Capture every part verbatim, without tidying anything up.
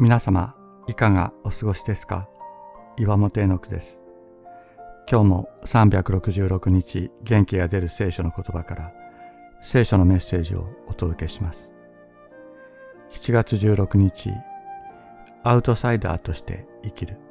皆様いかがお過ごしですか。岩本絵の句です。今日もさんびゃくろくじゅうろくにち元気が出る聖書の言葉から聖書のメッセージをお届けします。しちがつじゅうろくにち、アウトサイダーとして生きる。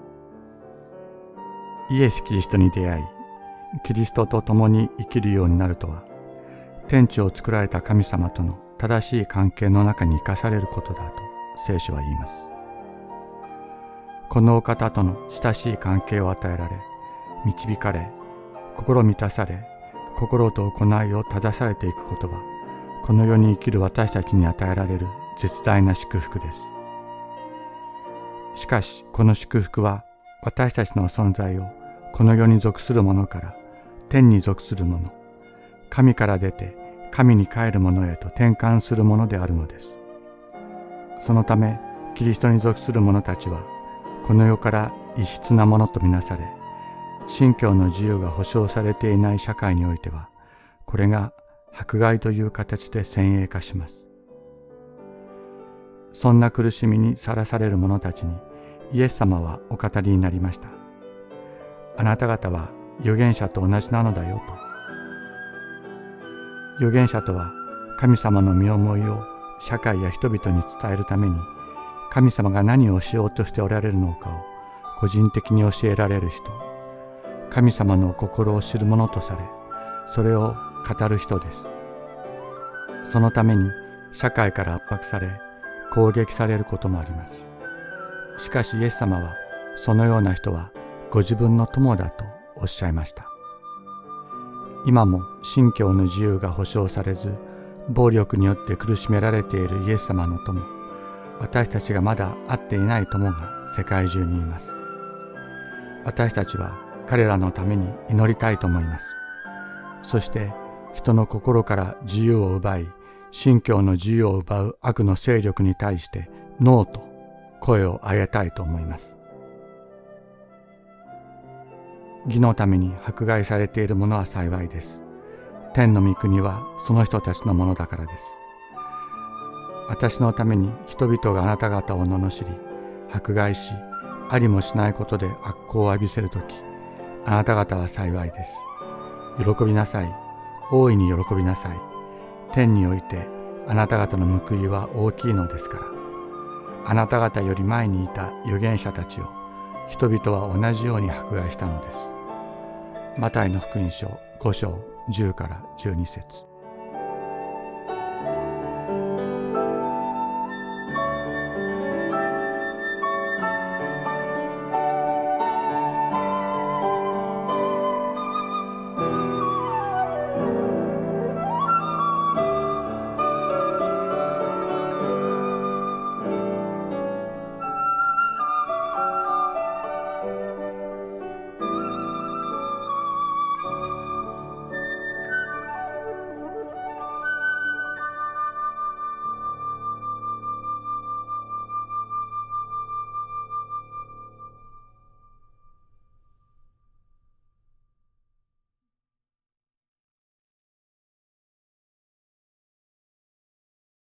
イエス・キリストに出会い、キリストと共に生きるようになるとは、天地を作られた神様との正しい関係の中に生かされることだと聖書は言います。このお方との親しい関係を与えられ、導かれ、心満たされ、心と行いを正されていくことは、この世に生きる私たちに与えられる絶大な祝福です。しかし、この祝福は私たちの存在をこの世に属するものから天に属するもの、神から出て神に帰るものへと転換するものであるのです。そのため、キリストに属する者たちは、この世から異質なものとみなされ、信教の自由が保障されていない社会においては、これが迫害という形で先鋭化します。そんな苦しみにさらされる者たちに、イエス様はお語りになりました。あなた方は預言者と同じなのだよと。預言者とは、神様の身思いを社会や人々に伝えるために、神様が何をしようとしておられるのかを個人的に教えられる人、神様の心を知る者とされ、それを語る人です。そのために社会から圧迫され、攻撃されることもあります。しかしイエス様は、そのような人はご自分の友だとおっしゃいました。今も信教の自由が保障されず、暴力によって苦しめられているイエス様の友、私たちがまだ会っていない友が世界中にいます。私たちは彼らのために祈りたいと思います。そして人の心から自由を奪い、信教の自由を奪う悪の勢力に対してノーと声を上げたいと思います。義のために迫害されている者は幸いです。天の御国はその人たちのものだからです。私のために人々があなた方を罵り、迫害し、ありもしないことで悪行を浴びせるとき、あなた方は幸いです。喜びなさい。大いに喜びなさい。天においてあなた方の報いは大きいのですから。あなた方より前にいた預言者たちを人々は同じように迫害したのです。マタイの福音書ごしょうじゅうからじゅうにせつ。